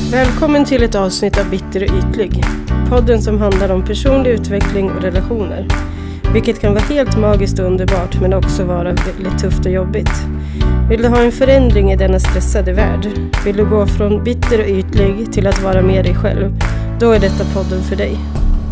Välkommen till ett avsnitt av Bitter och ytlig. Podden som handlar om personlig utveckling och relationer. Vilket kan vara helt magiskt och underbart men också vara väldigt tufft och jobbigt. Vill du ha en förändring i denna stressade värld? Vill du gå från bitter och ytlig till att vara med dig själv? Då är detta podden för dig.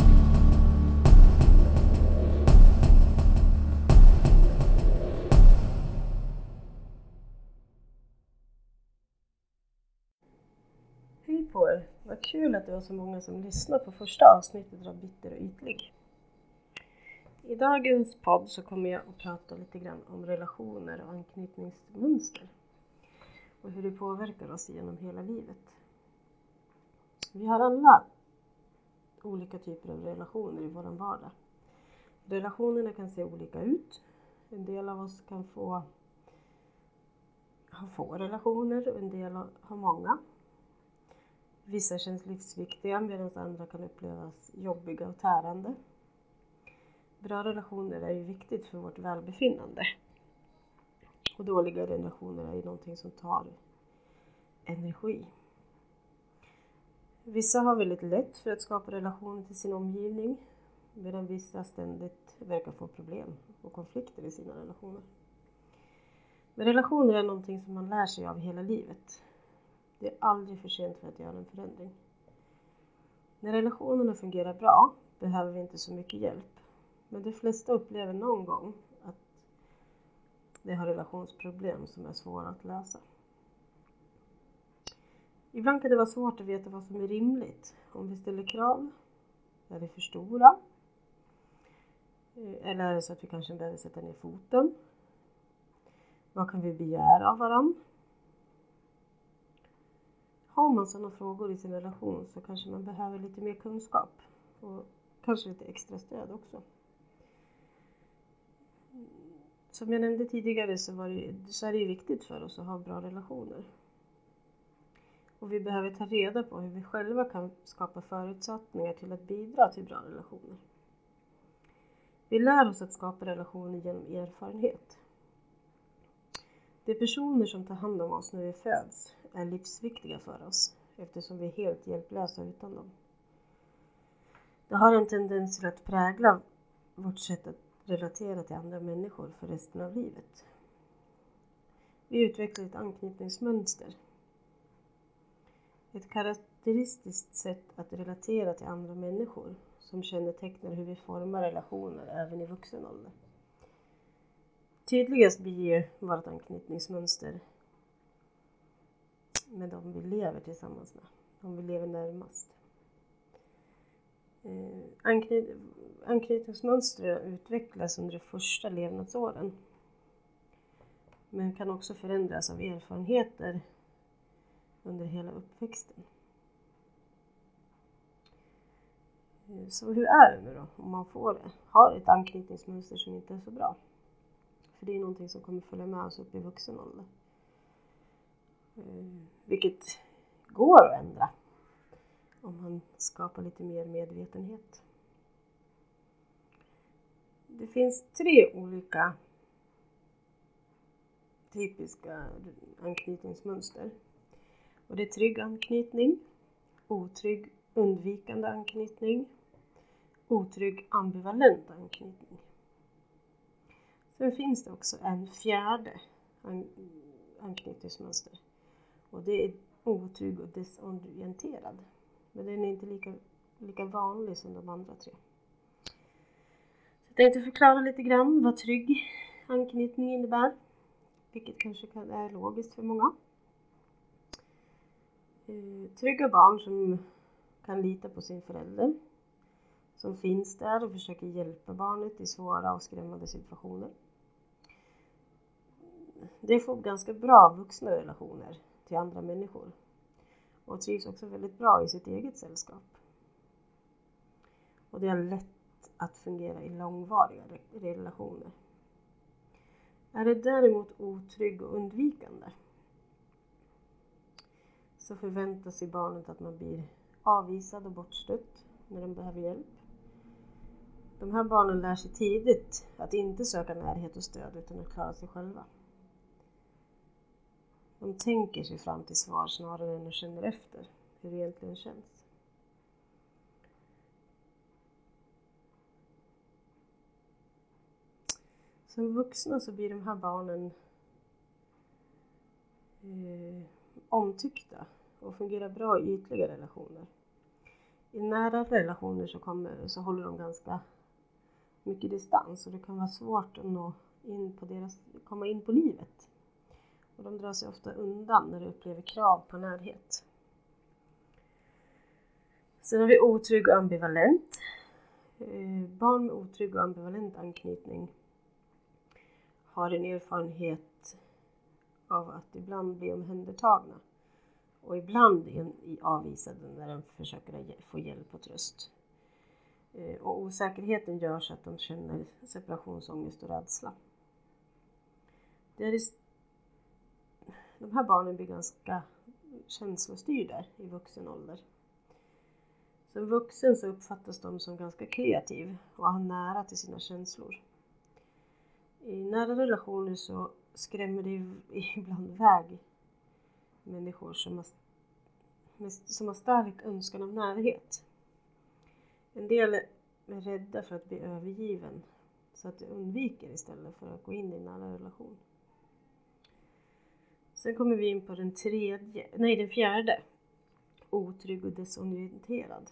Hej på er! Vad kul att det var så många som lyssnar på första avsnittet av Bitter och ytlig. I dagens podd så kommer jag att prata lite grann om relationer och anknytningsmönster. Och hur det påverkar oss genom hela livet. Vi har alla olika typer av relationer i vår vardag. Relationerna kan se olika ut. En del av oss kan ha få relationer och en del har många. Vissa känns livsviktiga medan andra kan upplevas jobbiga och tärande. Bra relationer är ju viktigt för vårt välbefinnande. Och dåliga relationer är ju någonting som tar energi. Vissa har väldigt lätt för att skapa relationer till sin omgivning. Medan vissa ständigt verkar få problem och konflikter i sina relationer. Men relationer är någonting som man lär sig av hela livet. Det är aldrig för sent för att göra en förändring. När relationerna fungerar bra behöver vi inte så mycket hjälp. Men de flesta upplever någon gång att de har relationsproblem som är svåra att lösa. Ibland kan det vara svårt att veta vad som är rimligt. Om vi ställer krav, är det för stora? Eller är det så att vi kanske behöver sätta ner foten? Vad kan vi begära av varandra? Har man sådana frågor i sin relation så kanske man behöver lite mer kunskap. Och kanske lite extra stöd också. Som jag nämnde tidigare så är det viktigt för oss att ha bra relationer. Och vi behöver ta reda på hur vi själva kan skapa förutsättningar till att bidra till bra relationer. Vi lär oss att skapa relationer genom erfarenhet. De personer som tar hand om oss när vi föds är livsviktiga för oss eftersom vi är helt hjälplösa utan dem. Det har en tendens till att prägla vårt sätt att relatera till andra människor för resten av livet. Vi utvecklar ett anknytningsmönster. Ett karaktäristiskt sätt att relatera till andra människor som kännetecknar hur vi formar relationer även i vuxen ålder. Tydligast blir vårt anknytningsmönster med de vi lever tillsammans med. De vi lever närmast. Anknytningsmönster utvecklas under de första levnadsåren. Men kan också förändras av erfarenheter under hela uppväxten. Så hur är det nu då om man har ett anknytningsmönster som inte är så bra? För det är någonting som kommer följa med oss upp i vuxen ålder. Vilket går att ändra om man skapar lite mer medvetenhet. Det finns 3 olika typiska anknytningsmönster. Och det är trygg anknytning, otrygg undvikande anknytning, otrygg ambivalent anknytning. Sen finns det också en 4:e anknytningsmönster. Och det är otrygg och desorienterad. Men den är inte lika vanlig som de andra 3. Så jag tänkte förklara lite grann vad trygg anknytning innebär. Vilket kanske är logiskt för många. Trygga barn som kan lita på sin förälder. Som finns där och försöker hjälpa barnet i svåra och skrämmande situationer. Det får ganska bra vuxna relationer till andra människor. Och trivs också väldigt bra i sitt eget sällskap. Och det är lätt att fungera i långvariga relationer. Är det däremot otrygg och undvikande så förväntar sig barnet att man blir avvisad och bortstött när de behöver hjälp. De här barnen lär sig tidigt att inte söka närhet och stöd utan att klara sig själva. De tänker sig fram till svar snarare än att känna efter. hur det egentligen känns. Som vuxna så blir de här barnen omtyckta och fungerar bra i ytliga relationer. I nära relationer så håller de ganska mycket distans och det kan vara svårt att komma in på livet. Och de drar sig ofta undan när de upplever krav på närhet. Sen har vi otrygg och ambivalent. Barn med otrygg och ambivalent anknytning har en erfarenhet av att ibland bli omhändertagna. Och ibland i avvisade när de försöker få hjälp och tröst. Och osäkerheten gör så att de känner separationsångest och rädsla. De här barnen blir ganska känslostyrda i vuxen ålder. Som vuxen så uppfattas de som ganska kreativ och har nära till sina känslor. I nära relationer så skrämmer det ibland iväg människor som har stark önskan av närhet. En del är rädda för att bli övergiven så att de undviker istället för att gå in i en nära relation. Sen kommer vi in på den fjärde. Otrygg och desorienterad.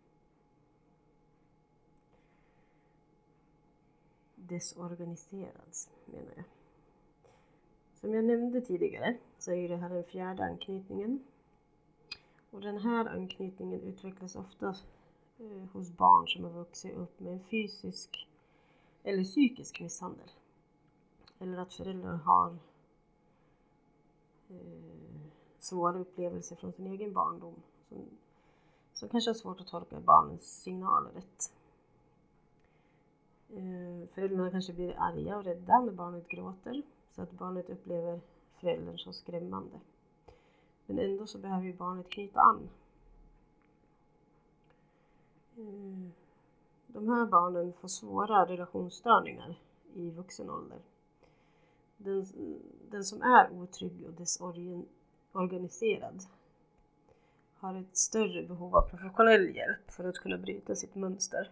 Desorganiserad menar jag. Som jag nämnde tidigare så är det här den fjärde anknytningen. Och den här anknytningen utvecklas ofta hos barn som har vuxit upp med en fysisk eller psykisk misshandel. Eller att föräldrar har svåra upplevelser från sin egen barndom. Som kanske har svårt att tolka barnens signaler rätt. Föräldrarna kanske blir arga och rädda när barnet gråter. Så att barnet upplever föräldern som skrämmande. Men ändå så behöver ju barnet knyta an. De här barnen får svåra relationsstörningar i vuxen ålder. Den som är otrygg och desorganiserad har ett större behov av professionell hjälp för att kunna bryta sitt mönster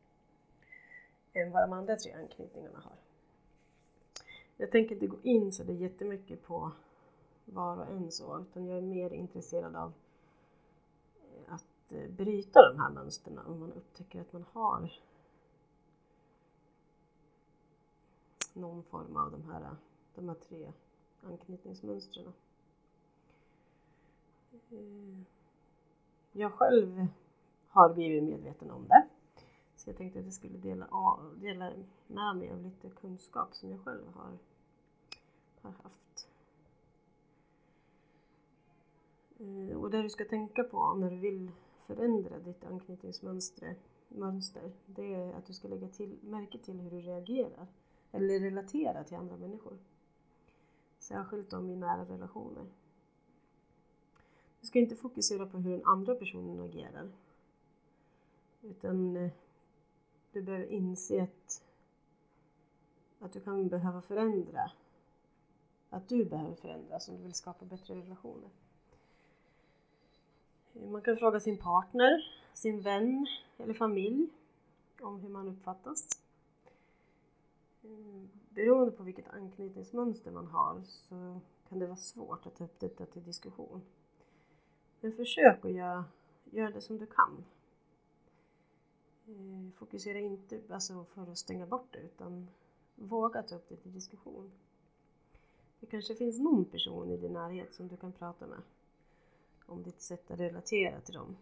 än vad de andra 3 anknytningarna har. Jag tänker inte gå in så det är jättemycket på var och en så, utan jag är mer intresserad av att bryta de här mönsterna om man upptäcker att man har någon form av de här 3 anknytningsmönstren. Jag själv har blivit medveten om det. Så jag tänkte att jag skulle dela med mig av lite kunskap som jag själv har haft. Och det du ska tänka på när du vill förändra ditt anknytningsmönster, det är att du ska lägga märke till hur du reagerar eller relaterar till andra människor. Särskilt om i nära relationer. Du ska inte fokusera på hur den andra personen agerar. Utan du behöver inse att du kan behöva förändra. Att du behöver förändras om du vill skapa bättre relationer. Man kan fråga sin partner, sin vän eller familj om hur man uppfattas. Beroende på vilket anknytningsmönster man har så kan det vara svårt att ta upp detta till diskussion. Men försök att göra det som du kan. Fokusera inte för att stänga bort det, utan våga ta upp det till diskussion. Det kanske finns någon person i din närhet som du kan prata med om ditt sätt att relatera till dem.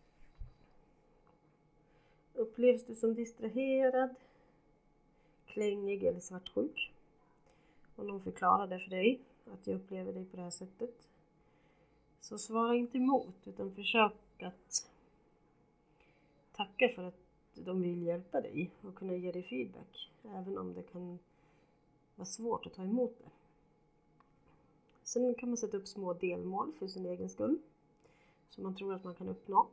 Upplevs du som distraherad, klängig eller svartsjuk? Om någon förklarar det för dig, att jag upplever dig på det här sättet, så svara inte emot, utan försök att tacka för att de vill hjälpa dig och kunna ge dig feedback, även om det kan vara svårt att ta emot det. Sen kan man sätta upp små delmål för sin egen skull som man tror att man kan uppnå.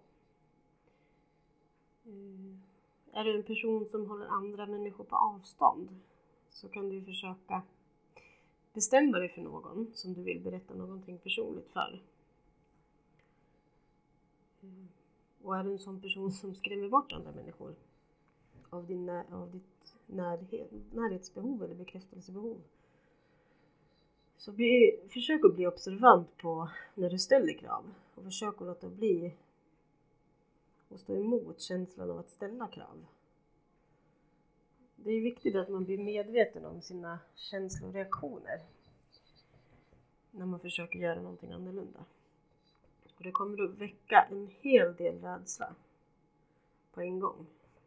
Är du en person som håller andra människor på avstånd, så kan du försöka bestämma dig för någon som du vill berätta någonting personligt för. Och är du en sån person som skrämmer bort andra människor av ditt närhetsbehov eller bekräftelsebehov, så försök att bli observant på när du ställer krav. Och försök att låta bli och stå emot känslan av att ställa krav. Det är viktigt att man blir medveten om sina känsloreaktioner när man försöker göra någonting annorlunda. Och det kommer att väcka en hel del rädsla på en gång.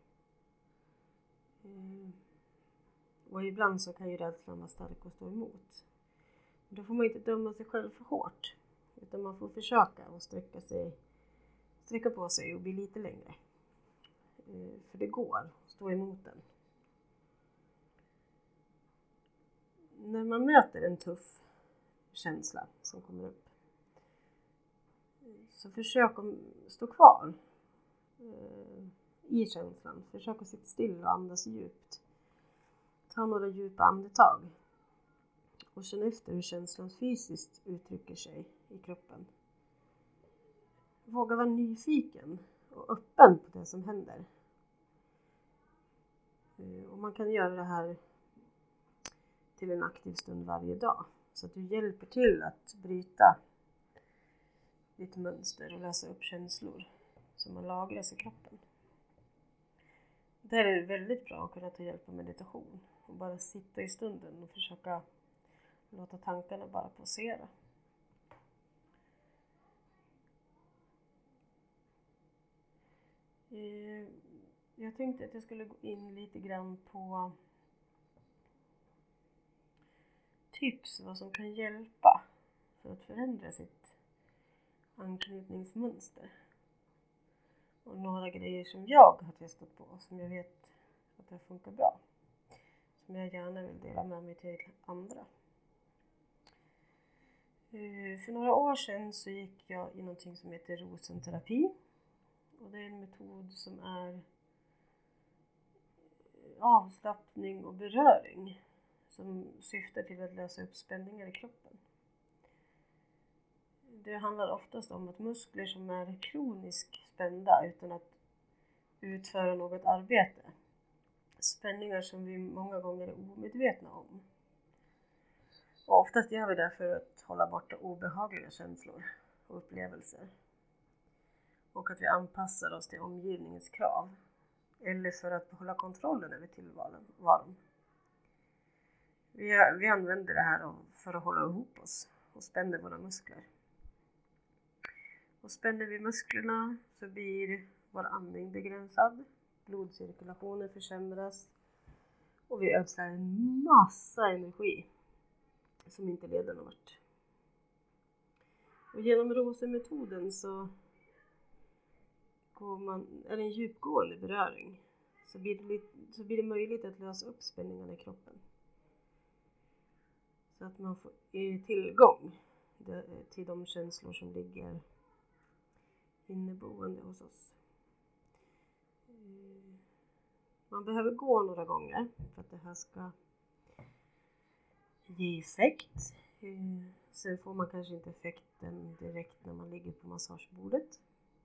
Och ibland så kan ju rädslan vara stark och stå emot. Då får man inte döma sig själv för hårt. Utan man får försöka och sträcka på sig och bli lite längre. För det går att stå emot den. När man möter en tuff känsla som kommer upp, så försök att stå kvar i känslan. Försök att sitta still och andas djupt. Ta några djupa andetag. Och känn efter hur känslan fysiskt uttrycker sig i kroppen. Våga vara nyfiken och öppen på det som händer. Och man kan göra det här till en aktiv stund varje dag. Så att du hjälper till att bryta ditt mönster och lösa upp känslor som har lagrats i kroppen. Där är det väldigt bra att kunna ta hjälp av meditation. Och bara sitta i stunden och försöka låta tankarna bara passera. Jag tänkte att jag skulle gå in lite grann på tips vad som kan hjälpa för att förändra sitt anknytningsmönster. Och några grejer som jag har testat på som jag vet att det funkar bra. Som jag gärna vill dela med mig till andra. För några år sedan så gick jag i någonting som heter rosenterapi. Och det är en metod som är avslappning och beröring. Som syftar till att lösa upp spänningar i kroppen. Det handlar oftast om att muskler som är kroniskt spända utan att utföra något arbete. Spänningar som vi många gånger är omedvetna om. Och oftast gör vi det för att hålla borta obehagliga känslor och upplevelser. Och att vi anpassar oss till omgivningens krav. Eller för att behålla kontrollen över tillvaron. Vi använder det här för att hålla ihop oss och spänner våra muskler. Och spänner vi musklerna så blir vår andning begränsad. Blodcirkulationen försämras. Och vi ödslar en massa energi som inte leder någon vart. Och genom rosemetoden så är det en djupgående beröring. Så blir det möjligt att lösa upp spänningarna i kroppen. Så att man får tillgång till de känslor som ligger inneboende hos oss. Man behöver gå några gånger för att det här ska ge effekt. Sen får man kanske inte effekten direkt när man ligger på massagebordet.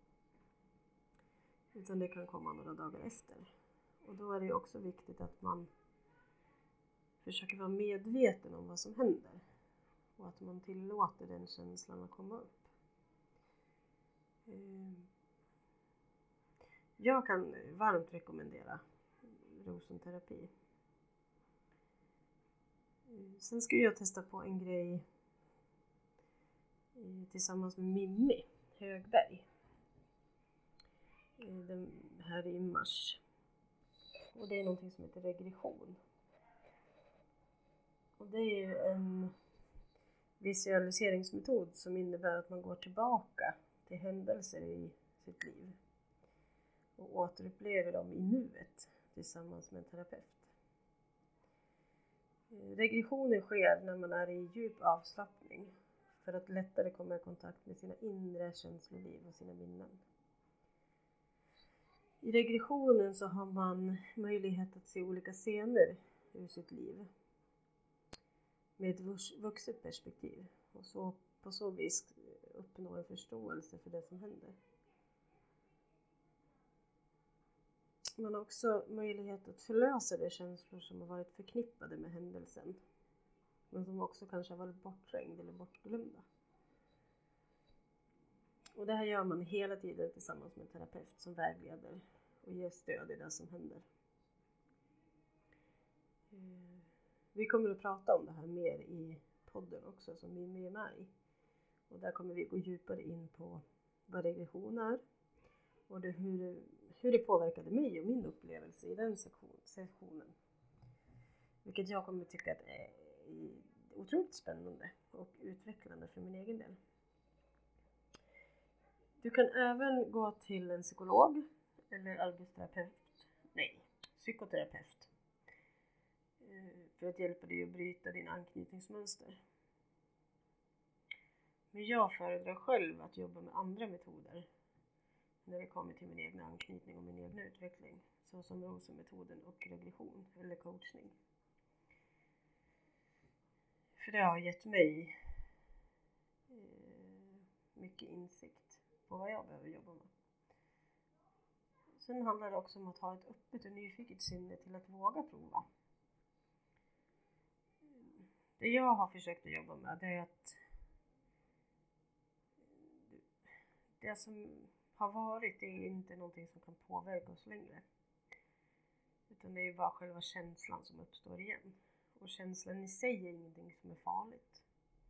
Utan det kan komma några dagar efter. Och då är det också viktigt att man försöker vara medveten om vad som händer. Och att man tillåter den känslan att komma upp. Jag kan varmt rekommendera rosenterapi. Sen ska jag testa på en grej tillsammans med Mimmi Högberg. Den här i mars. Och det är någonting som heter regression. Och det är en visualiseringsmetod som innebär att man går tillbaka till händelser i sitt liv. Och återupplever dem i nuet tillsammans med en terapeut. Regressionen sker när man är i djup avslappning. För att lättare komma i kontakt med sina inre känsloliv och sina minnen. I regressionen så har man möjlighet att se olika scener ur sitt liv. Med ett vuxet perspektiv. Och så på så vis uppnå en förståelse för det som händer. Man har också möjlighet att förlösa de känslor som har varit förknippade med händelsen. Men som också kanske har varit bortträngda eller bortglömda. Och det här gör man hela tiden tillsammans med en terapeut som vägleder och ger stöd i det som händer. Vi kommer att prata om det här mer i podden också som vi är med i. Och där kommer vi gå djupare in på vad regression är. Och hur det påverkade mig och min upplevelse i den sessionen. Vilket jag kommer att tycka att är otroligt spännande och utvecklande för min egen del. Du kan även gå till en psykolog eller psykoterapeut. För att hjälpa dig att bryta din anknytningsmönster. Men jag föredrar själv att jobba med andra metoder. När det kommer till min egen anknytning och min egen utveckling. Såsom Rosenmetoden och regression eller coachning. För det har gett mig mycket insikt på vad jag behöver jobba med. Sen handlar det också om att ha ett öppet och nyfiket sinne till att våga prova. Det jag har försökt att jobba med det är att det som har varit är inte någonting som kan påverka oss längre. Utan det är bara själva känslan som uppstår igen. Och känslan i sig är ingenting som är farligt.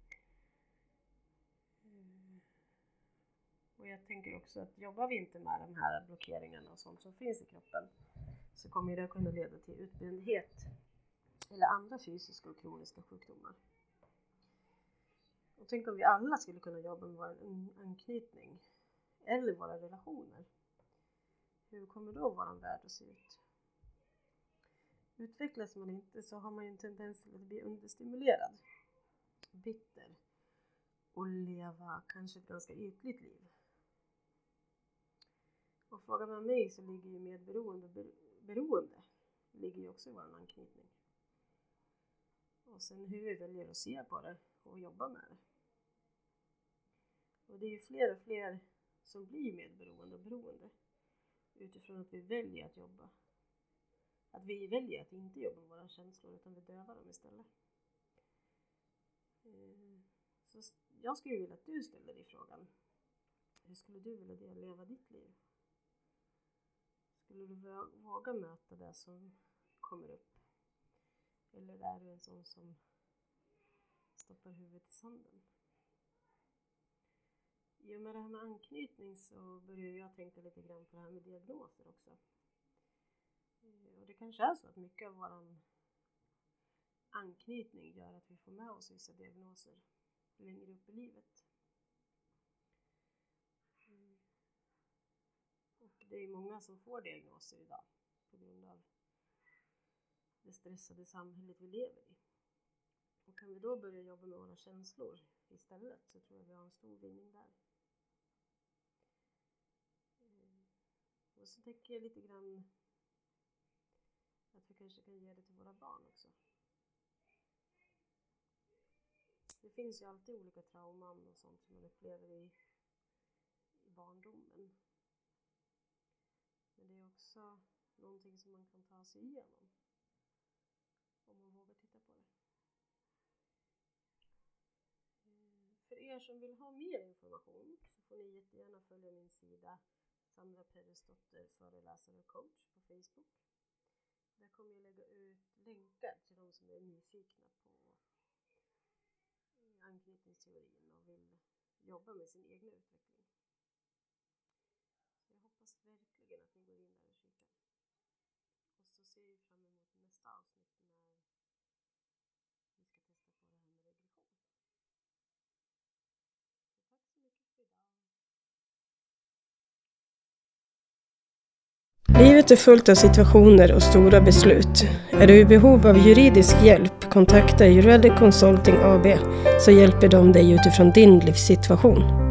Och jag tänker också att jobbar vi inte med de här blockeringarna och sånt som finns i kroppen så kommer det kunna leda till utbrändhet eller andra fysiska och kroniska sjukdomar. Och tänk om vi alla skulle kunna jobba med vår anknytning eller våra relationer. Hur kommer då vår värld att se ut? Utvecklas man inte så har man ju en tendens till att bli understimulerad, bitter och leva kanske ett ganska ytligt liv. Och frågar man mig så ligger ju beroende ligger ju också i vår anknytning. Och sen hur vi väljer att se på det och jobba med det. Och det är ju fler och fler som blir medberoende och beroende. Utifrån att vi väljer att jobba. Att vi väljer att inte jobba med våra känslor utan vi dövar dem istället. Så jag skulle vilja att du ställer dig frågan. Hur skulle du vilja leva ditt liv? Skulle du våga möta det som kommer upp? Eller är du en sån som stoppar huvudet i sanden? I och med det här med anknytning så börjar jag tänka lite grann på det här med diagnoser också. Och det kanske är så att mycket av vår anknytning gör att vi får med oss vissa diagnoser längre upp i livet. Och det är många som får diagnoser idag på grund av det stressade samhället vi lever i. Och kan vi då börja jobba med våra känslor istället så tror jag vi har en stor vinning där. Och så tänker jag lite grann att vi kanske kan ge det till våra barn också. Det finns ju alltid olika trauman och sånt som man upplever i barndomen. Men det är också någonting som man kan ta sig igenom. Om man vågar titta på det. För er som vill ha mer information så får ni jättegärna följa min sida Sandra Pedersdotter, föreläsare och coach på Facebook. Där kommer jag lägga ut länkar till de som är nyfikna på anknytningsteorin och vill jobba med sin egen utveckling. Så jag hoppas verkligen att ni går in där och kikar. Och så ser vi fram emot nästa avsnitt när vi ska testa på det här med regression. Så tack så mycket för idag. Livet är fullt av situationer och stora beslut. Är du i behov av juridisk hjälp, kontakta Jurelli Consulting AB så hjälper de dig utifrån din livssituation.